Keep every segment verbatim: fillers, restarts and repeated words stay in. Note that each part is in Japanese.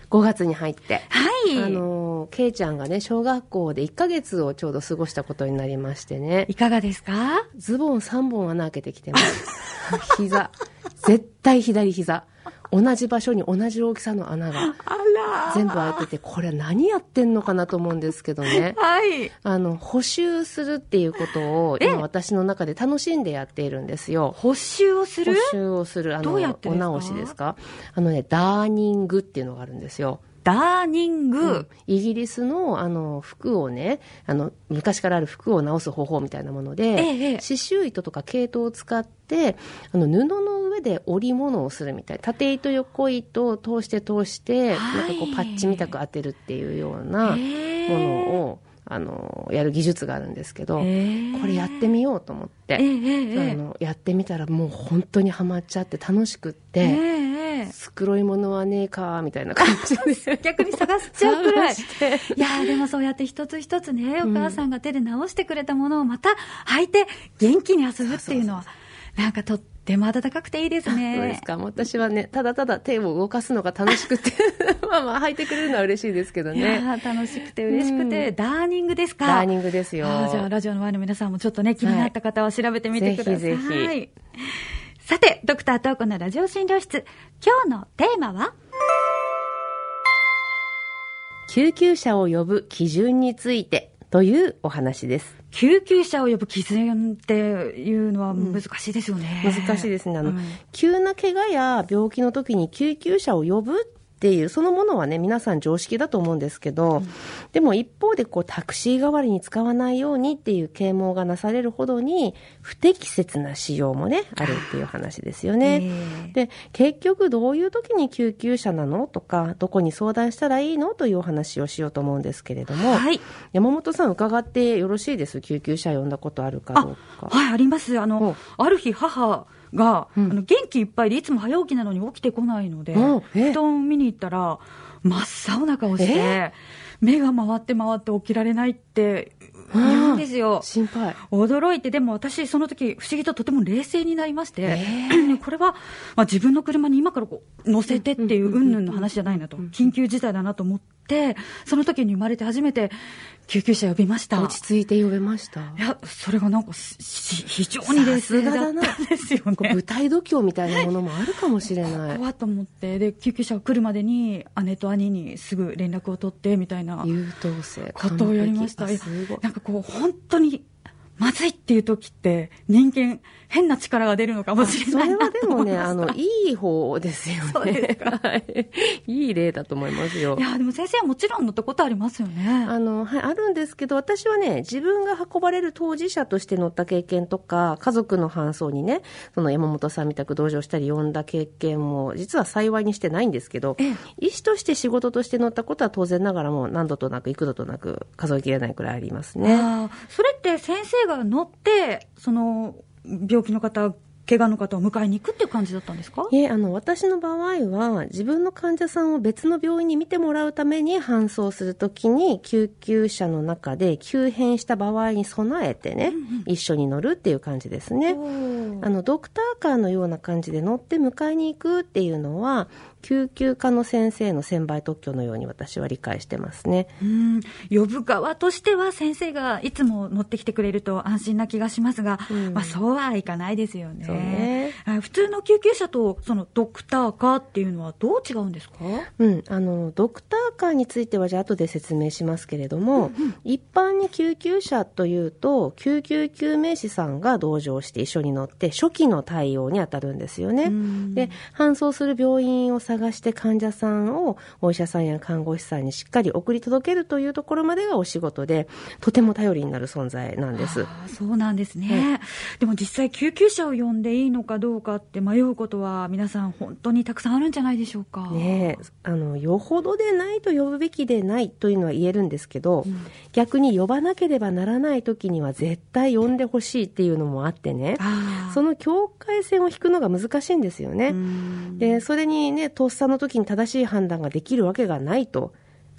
ごがつに入って。 はい。 あの、ケイちゃんがね、小学校でいっかげつをちょうど過ごしたことになりましてね。 いかがですか？ ズボンさんぼん穴開けてきてます。膝。絶対左膝。同じ場所に同じ大きさの穴が全部開いてて、これは何やってんのかなと思うんですけどね。 はい。 あの、補修するっていうことを今私の中で楽しんでやっているんですよ。 補修をする？ 補修をする。あの、 どうやってですか？ お直しですか？あのね、ダーニングっていうのがあるんですよ。 ダーニング、うん、 イギリスのあの服をね、あの昔からある服を直す方法みたいなもので、ええ、刺繍糸とか毛糸を使ってあの布の上で織物をするみたい。縦糸横糸を通して通して、はい、なんかこうパッチみたく当てるっていうようなものを、あのやる技術があるんですけど、これやってみようと思って、あのやってみたらもう本当にハマっちゃって楽しくって。繕い物はねえかみたいな感じで逆に探しちゃうくらい。いやでもそうやって一つ一つね、お母さんが手で直してくれたものをまた履いて元気に遊ぶっていうのは、そうそうそう、なんかとっても温かくていいですね。 そうですか。私はね、ただただ手を動かすのが楽しくてまあまあ履いてくれるのは嬉しいですけどね。いや楽しくて嬉しくて、うん、ダーニングですか？ ダーニングですよ。 あ、じゃあラジオの前の皆さんもちょっとね、気になった方は調べてみてください。 はい、ぜひぜひ。 さて、ドクタートーコのラジオ診療室、今日のテーマは救急車を呼ぶ基準についてというお話です。 救急車を呼ぶ基準っていうのは難しいですよね。 うん、難しいですね。あの、うん、急な怪我や病気の時に救急車を呼ぶっていうそのものはね、皆さん常識だと思うんですけど、うん、でも一方でこうタクシー代わりに使わないようにっていう啓蒙がなされるほどに不適切な使用もねあるっていう話ですよね。で、結局どういう時に救急車なのとか、どこに相談したらいいのというお話をしようと思うんですけれども、はい、山本さん伺ってよろしいです？救急車呼んだことあるかどうか。 あ、はい、あります。あの、ある日母が、うん、あの元気いっぱいでいつも早起きなのに起きてこないので、うん、布団を見に行ったら真っ青な顔して、目が回って回って起きられないって言うんですよ。 心配。 驚いて、でも私その時不思議ととても冷静になりまして、えー、これは、まあ、自分の車に今からこう乗せてっていう云々の話じゃないなと、緊急事態だなと思って、その時に生まれて初めて救急車呼びました。 落ち着いて呼べました？ いや、それがなんか非常に冷静だったんですよね。 舞台度胸みたいなものもあるかもしれない。 怖いと思って、で救急車が来るまでに姉と兄にすぐ連絡を取ってみたいな優等生ことをやりました。なんかこう本当にまずいっていう時って人間変な力が出るのかもしれないなと思いました。それはでもね、あのいい方ですよね。 そうですか。 はい、いい例だと思いますよ。 いやでも先生はもちろん乗ったことありますよね。 あの、はい、あるんですけど、私はね、自分が運ばれる当事者として乗った経験とか、家族の搬送にね、その山本さんみたく同乗したり呼んだ経験も実は幸いにしてないんですけど、医師として仕事として乗ったことは当然ながらも何度となく幾度となく数えきれないくらいありますね。 あ、それって先生が乗ってその病気の方、怪我の方を迎えに行くっていう感じだったんですか？ いえ、あの私の場合は自分の患者さんを別の病院に見てもらうために搬送するときに救急車の中で急変した場合に備えてね、うんうん、一緒に乗るっていう感じですね。あのドクターカーのような感じで乗って迎えに行くっていうのは救急科の先生の専売特許のように私は理解してますね。 うん、呼ぶ側としては先生がいつも乗ってきてくれると安心な気がしますが、うん、まあ、そうはいかないですよね。 そうね。 普通の救急車とそのドクターカーっていうのはどう違うんですか？ うん、あのドクターカーについてはじゃあ後で説明しますけれども、うんうん、一般に救急車というと救急救命士さんが同乗して一緒に乗って初期の対応に当たるんですよね。うん、で搬送する病院を探して患者さんをお医者さんや看護師さんにしっかり送り届けるというところまでがお仕事で、とても頼りになる存在なんです。 あ、そうなんですね。はい、でも実際救急車を呼んでいいのかどうかって迷うことは皆さん本当にたくさんあるんじゃないでしょうか。 ねえ、あのよほどでないと呼ぶべきでないというのは言えるんですけど、うん、逆に呼ばなければならない時には絶対呼んでほしいっていうのもあってね、その境界線を引くのが難しいんですよね。でそれにね、とっさの時に正しい判断ができるわけがないと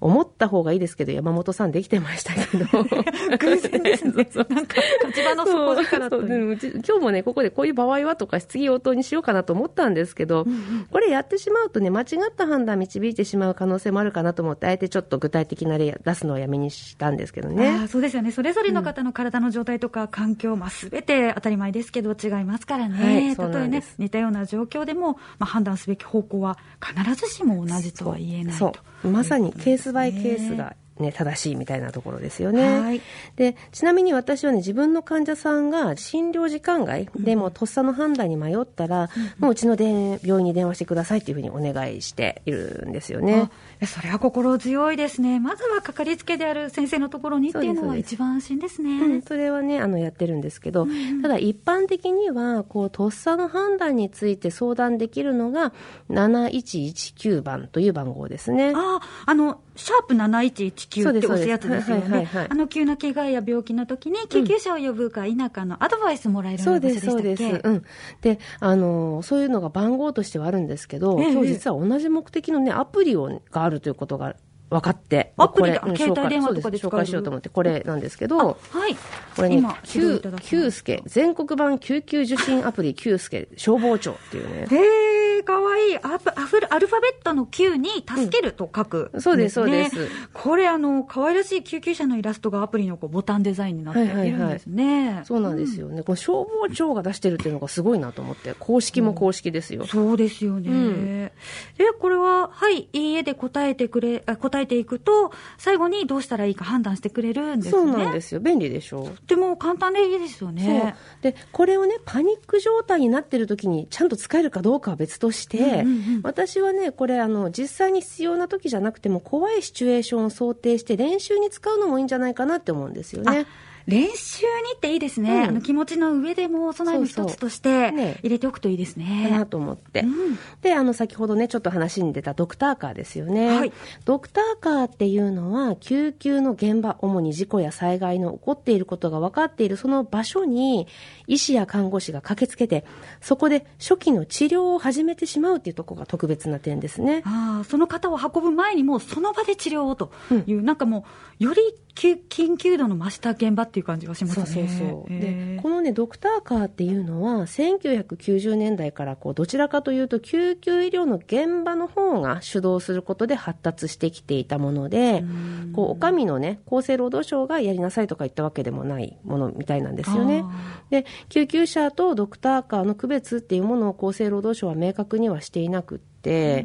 思った方がいいですけど、山本さんできてましたけど。 偶然ですね。なんか、立場の底力という。 そうそう、今日もね、ここでこういう場合はとか質疑応答にしようかなと思ったんですけど、うんうん、これやってしまうとね、間違った判断導いてしまう可能性もあるかなと思って、あえてちょっと具体的な例出すのはやめにしたんですけどね。 あ、そうですよね。それぞれの方の体の状態とか環境、まあ、全て当たり前ですけど違いますからね。はい、たとえね、似たような状況でも、まあ、判断すべき方向は必ずしも同じとは言えないと。 そうそう、まさにケースバイケースがね、正しいみたいなところですよね。はい。で、ちなみに私はね、自分の患者さんが診療時間外でもとっさの判断に迷ったら、うん、もううちので病院に電話してくださいっていうふうにお願いしているんですよね。 あ、それは心強いですね。まずはかかりつけである先生のところにっていうのは一番安心ですね。 うん、それはね、あのやってるんですけど、うん、ただ一般的にはこうとっさの判断について相談できるのがなないちいちきゅうばんという番号ですね。 あ、あのシャープなないちいちきゅうって押すやつですよね。はいはいはい、あの急な怪我や病気の時に救急車を呼ぶか否かのアドバイスもらえるような場所でしたっけ？そうです、そうです。うん。 で、あのそういうのが番号としてはあるんですけど、ええ、今日実は同じ目的のねアプリをがあるということが分かって、 アプリが携帯電話とかで紹介しようと思ってこれなんですけど、 はい、 これね、キュースケ全国版救急受診アプリキュースケ消防庁っていうね。 へー、かわいい。アプアフルアルファベットのきゅうに助けると書く、 うん、そうですそうです。 これあの可愛らしい救急車のイラストがアプリのこうボタンデザインになっているんですね。はいはいはい、 そうなんですよね。うん、この消防庁が出してるっていうのがすごいなと思って、公式も公式ですよ。 うん、そうですよね。うん、でこれははいいいえで答えてくれ答えていくと。最後にどうしたらいいか判断してくれるんですね。 そうなんですよ。便利でしょ。 でも簡単でいいですよね。 そうで、これをねパニック状態になっている時にちゃんと使えるかどうかは別として、うんうんうん、私はねこれあの実際に必要な時じゃなくても怖いシチュエーションを想定して練習に使うのもいいんじゃないかなって思うんですよね。 練習にっていいですね。うん、あの気持ちの上でも備えの一つとして入れておくといいですね。 そうそうかなと思って。うん、で、あの先ほどねちょっと話に出たドクターカーですよね。はい、ドクターカーっていうのは救急の現場、主に事故や災害の起こっていることが分かっているその場所に医師や看護師が駆けつけて、そこで初期の治療を始めてしまうっていうところが特別な点ですね。 あ、その方を運ぶ前にもその場で治療をという、うん、なんかもうより緊急度の増した現場っていう感じがしますね。 そうそうそう。で、このねドクターカーっていうのはせんきゅうひゃくきゅうじゅうねんだいからこうどちらかというと救急医療の現場の方が主導することで発達してきていたもので、こうお上のね厚生労働省がやりなさいとか言ったわけでもないものみたいなんですよね。で、救急車とドクターカーの区別っていうものを厚生労働省は明確にはしていなくって、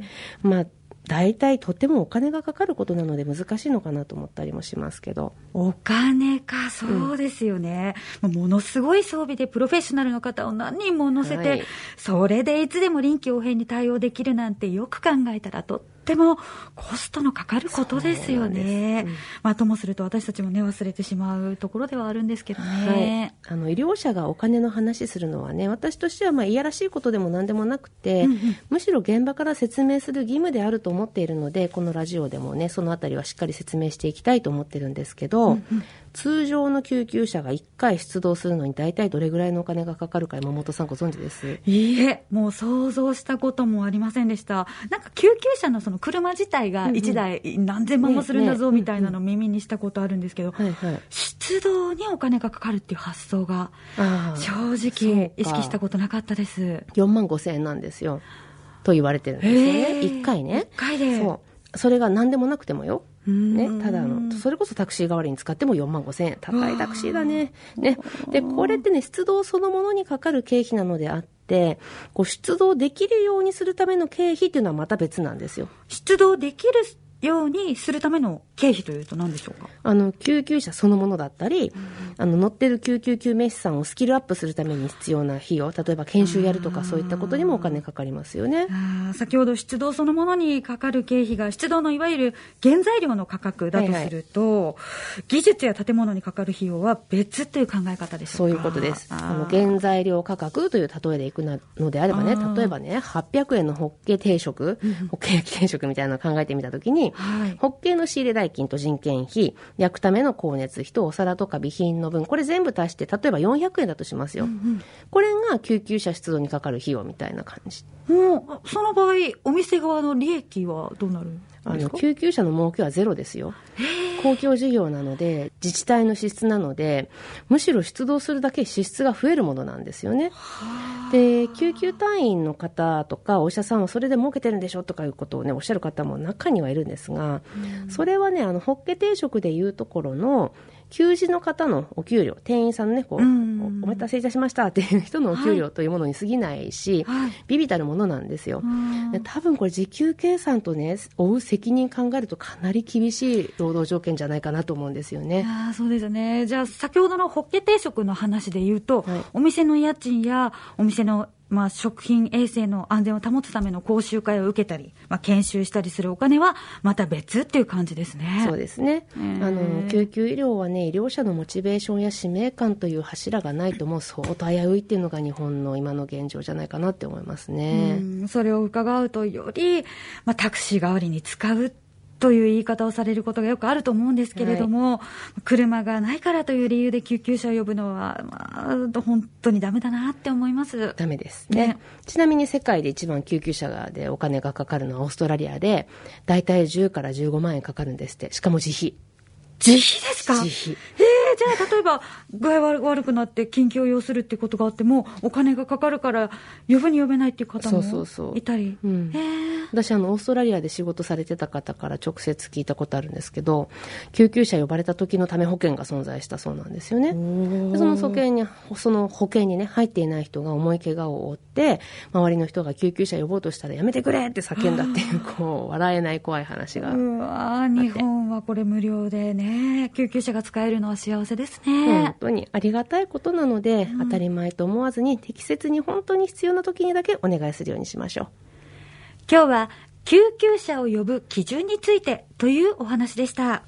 うん、まあ大体とてもお金がかかることなので難しいのかなと思ったりもしますけど。 お金か、そうですよね、うん、ものすごい装備でプロフェッショナルの方を何人も乗せて、はい、それでいつでも臨機応変に対応できるなんてよく考えたらとってもコストのかかることですよね。うん、まあ、ともすると私たちもね忘れてしまうところではあるんですけどね。 はい、あの医療者がお金の話するのはね、私としてはまあいやらしいことでも何でもなくて、うんうん、むしろ現場から説明する義務であると思っているので、このラジオでもねそのあたりはしっかり説明していきたいと思ってるんですけど、うんうん、通常の救急車がいっかい出動するのに大体どれぐらいのお金がかかるか山本さんご存知です？ いいえ、もう想像したこともありませんでした。なんか救急車のその車自体がいちだい何千万もするんだぞみたいなのを耳にしたことあるんですけど、はいはい、出動にお金がかかるっていう発想が正直意識したことなかったです。 よんまんごせんえんなんですよと言われてるんですよね。いっかいね。 いっかいで。 そう。それが何でもなくてもよ。ね、ただあのそれこそタクシー代わりに使ってもよんまんごせんえん、高いタクシーだね。ね。でこれってね出動そのものにかかる経費なのであって、こう出動できるようにするための経費っていうのはまた別なんですよ。 出動できるようにするための経費というと何でしょうか？ あの救急車そのものだったり、うん、あの乗ってる救急救命士さんをスキルアップするために必要な費用、例えば研修やるとかそういったことにもお金かかりますよね。 あ、先ほど出動そのものにかかる経費が出動のいわゆる原材料の価格だとすると、はいはい、技術や建物にかかる費用は別という考え方でしょうか？ そういうことです。あの原材料価格という例えでいくのであればね、例えばねはっぴゃくえんのホッケ定食、うん、ホッケ焼き定食みたいなのを考えてみたときに、 に、はい、保険の仕入れ代金と人件費、焼くための光熱費とお皿とか備品の分、これ全部足して例えばよんひゃくえんだとしますよ、うんうん、これが救急車出動にかかる費用みたいな感じ。 もうその場合お店側の利益はどうなるんですか？ あの救急車の儲けはゼロですよ。公共事業なので自治体の支出なので、むしろ出動するだけ支出が増えるものなんですよね。で救急隊員の方とかお医者さんはそれで儲けてるんでしょとかいうことを、ね、おっしゃる方も中にはいるんですが、うん、それはね、あのホッケ定食でいうところの給仕の方のお給料、店員さんのねこう、うん、お待たせいたしましたっていう人のお給料というものに過ぎないし、はい、微々たるものなんですよ。で多分これ時給計算とね負う責任考えるとかなり厳しい労働条件じゃないかなと思うんですよね。 あ、そうですね。じゃあ先ほどのホッケ定食の話で言うと、はい、お店の家賃やお店のまあ、食品衛生の安全を保つための講習会を受けたり、まあ、研修したりするお金はまた別っていう感じですね。 そうですね。あの救急医療はね、医療者のモチベーションや使命感という柱がないともう相当危ういっていうのが日本の今の現状じゃないかなって思いますね。 うん、それを伺うとより、まあ、タクシー代わりに使うという言い方をされることがよくあると思うんですけれども、はい、車がないからという理由で救急車を呼ぶのは、まあ、本当にダメだなって思います。 ダメですね。ね、ちなみに世界で一番救急車でお金がかかるのはオーストラリアで、だいたいじゅうからじゅうごまんえんかかるんですって。しかも自費。 自費ですか？ 自費。 えー、じゃあ例えば具合悪悪くなって緊急を要するっていうことがあってもお金がかかるから呼ぶに呼べないっていう方もいたり。そうそうそう、うん、 えー、私あのオーストラリアで仕事されてた方から直接聞いたことあるんですけど、救急車呼ばれた時のため保険が存在したそうなんですよね。でその保険にその保険に、ね、入っていない人が重い怪我を負って周りの人が救急車呼ぼうとしたらやめてくれって叫んだっていうこう笑えない怖い話があって。 うわ、日本はこれ無料でね救急車が使えるのは幸せですね。 本当にありがたいことなので、うん、当たり前と思わずに適切に本当に必要な時にだけお願いするようにしましょう。 今日は救急車を呼ぶ基準についてというお話でした。